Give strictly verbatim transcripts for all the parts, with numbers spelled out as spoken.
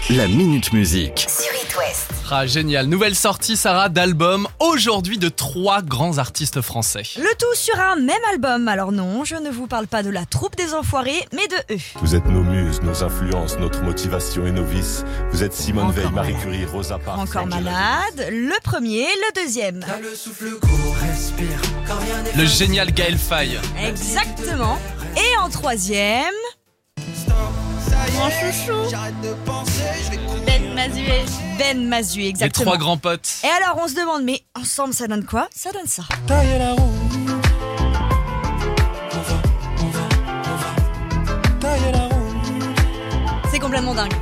La Minute Musique. Sur It West. Ah, génial. Nouvelle sortie, Sarah, d'album aujourd'hui de trois grands artistes français. Le tout sur un même album. Alors non, je ne vous parle pas de la troupe des enfoirés, mais de eux. Vous êtes nos muses, nos influences, notre motivation et nos vices. Vous êtes Simone Encore Veil, Marie malade. Curie, Rosa Parks. Encore Angela malade, le premier, le deuxième. Le génial Gaël Faye. Exactement. Et en troisième... Mon chouchou Ben Mazué. Ben Mazué, Les exactement. trois grands potes. Et alors on se demande, mais ensemble ça donne quoi? Ça donne ça. Tailler la roue. On va, on va, on va tailler la roue. C'est complètement dingue.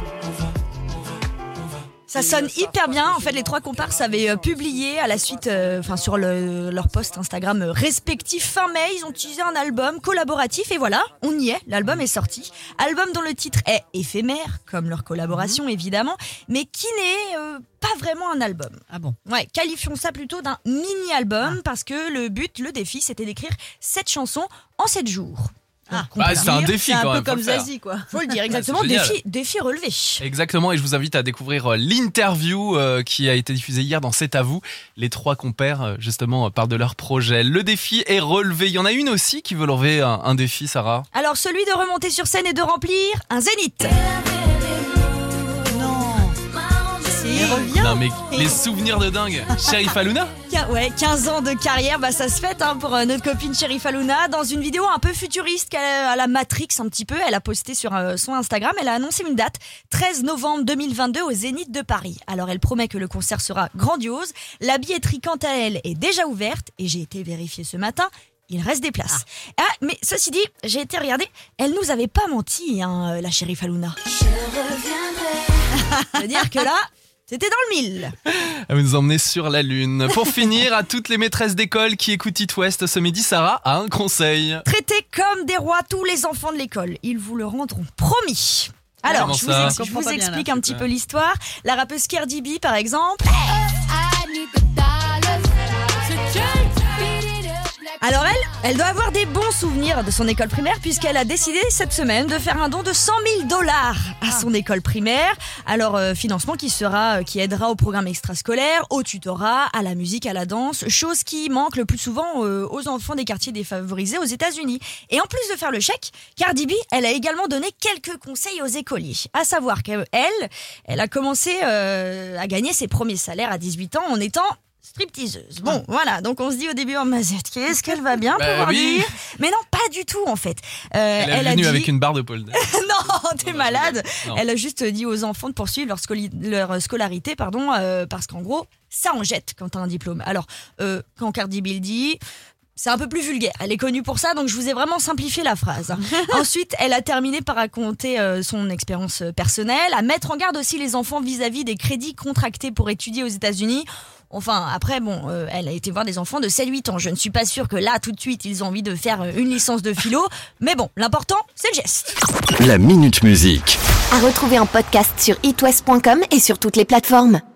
Ça sonne hyper bien. En fait, les trois comparses avaient euh, publié à la suite, euh, enfin sur le, leur post Instagram euh, respectif fin mai, ils ont utilisé un album collaboratif et voilà, on y est. L'album est sorti. Album dont le titre est éphémère, comme leur collaboration évidemment, mais qui n'est euh, pas vraiment un album. Ah bon? Ouais, qualifions ça plutôt d'un mini-album parce que le but, le défi, c'était d'écrire sept chansons en sept jours. Ah, Donc, on Bah, peut c'est un dire- défi C'est un quand peu même. faut comme le faire. Zazie, quoi. Faut le dire exactement, c'est génial. défi, défi relevé. Exactement, et je vous invite à découvrir euh, l'interview euh, qui a été diffusée hier dans C'est à vous. Les trois compères, euh, justement, euh, parlent de leur projet. Le défi est relevé. Il y en a une aussi qui veut relever un, un défi, Sarah. Alors celui de remonter sur scène et de remplir un zénith. Non. Si. Il revient. Non mais les souvenirs de dingue. Sheriff Aluna. Quin- Ouais, quinze ans de carrière, bah ça se fête hein, pour euh, notre copine Sheriff Aluna. Dans une vidéo un peu futuriste qu'elle- à la Matrix un petit peu, elle a posté sur euh, son Instagram, elle a annoncé une date, treize novembre deux mille vingt-deux au Zénith de Paris. Alors elle promet que le concert sera grandiose. La billetterie quant à elle est déjà ouverte et j'ai été vérifier ce matin. Il reste des places. Ah, mais ceci dit, j'ai été regarder, elle nous avait pas menti, hein, la Sheriff Aluna. C'est-à-dire que là, c'était dans le mille. Elle va nous emmener sur la lune. Pour finir, à toutes les maîtresses d'école qui écoutent It West ce midi, Sarah a un conseil. Traitez comme des rois tous les enfants de l'école. Ils vous le rendront promis. Alors, Comment je vous, ça ex- Je je comprends vous pas bien, explique là. un petit peu l'histoire. La rappeuse Cardi B, par exemple. Alors elle, elle doit avoir des bons souvenirs de son école primaire puisqu'elle a décidé cette semaine de faire un don de cent mille dollars à son école primaire. Alors euh, financement qui sera, euh, qui aidera au programme extrascolaire, au tutorat, à la musique, à la danse, chose qui manque le plus souvent euh, aux enfants des quartiers défavorisés aux États-Unis. Et en plus de faire le chèque, Cardi B, elle a également donné quelques conseils aux écoliers. À savoir qu'elle, elle a commencé euh, à gagner ses premiers salaires à dix-huit ans en étant stripteaseuse. Bon, voilà, donc on se dit au début en mazette, qu'est-ce qu'elle va bien Bah pouvoir oui. dire. Mais non, pas du tout en fait. Euh, Elle est elle a venue dit... avec une barre de pole dance. non, t'es Non, malade. non. Elle a juste dit aux enfants de poursuivre leur, scoli- leur scolarité, pardon, euh, parce qu'en gros, ça en jette quand t'as un diplôme. Alors, euh, quand Cardi B le dit... C'est un peu plus vulgaire. Elle est connue pour ça, donc je vous ai vraiment simplifié la phrase. Ensuite, elle a terminé par raconter euh, son expérience euh, personnelle, à mettre en garde aussi les enfants vis-à-vis des crédits contractés pour étudier aux États-Unis. Enfin, après, bon, euh, elle a été voir des enfants de sept huit ans. Je ne suis pas sûre que là, tout de suite, ils ont envie de faire euh, une licence de philo. Mais bon, l'important, c'est le geste. La Minute Musique. À retrouver en podcast sur it west point com et sur toutes les plateformes.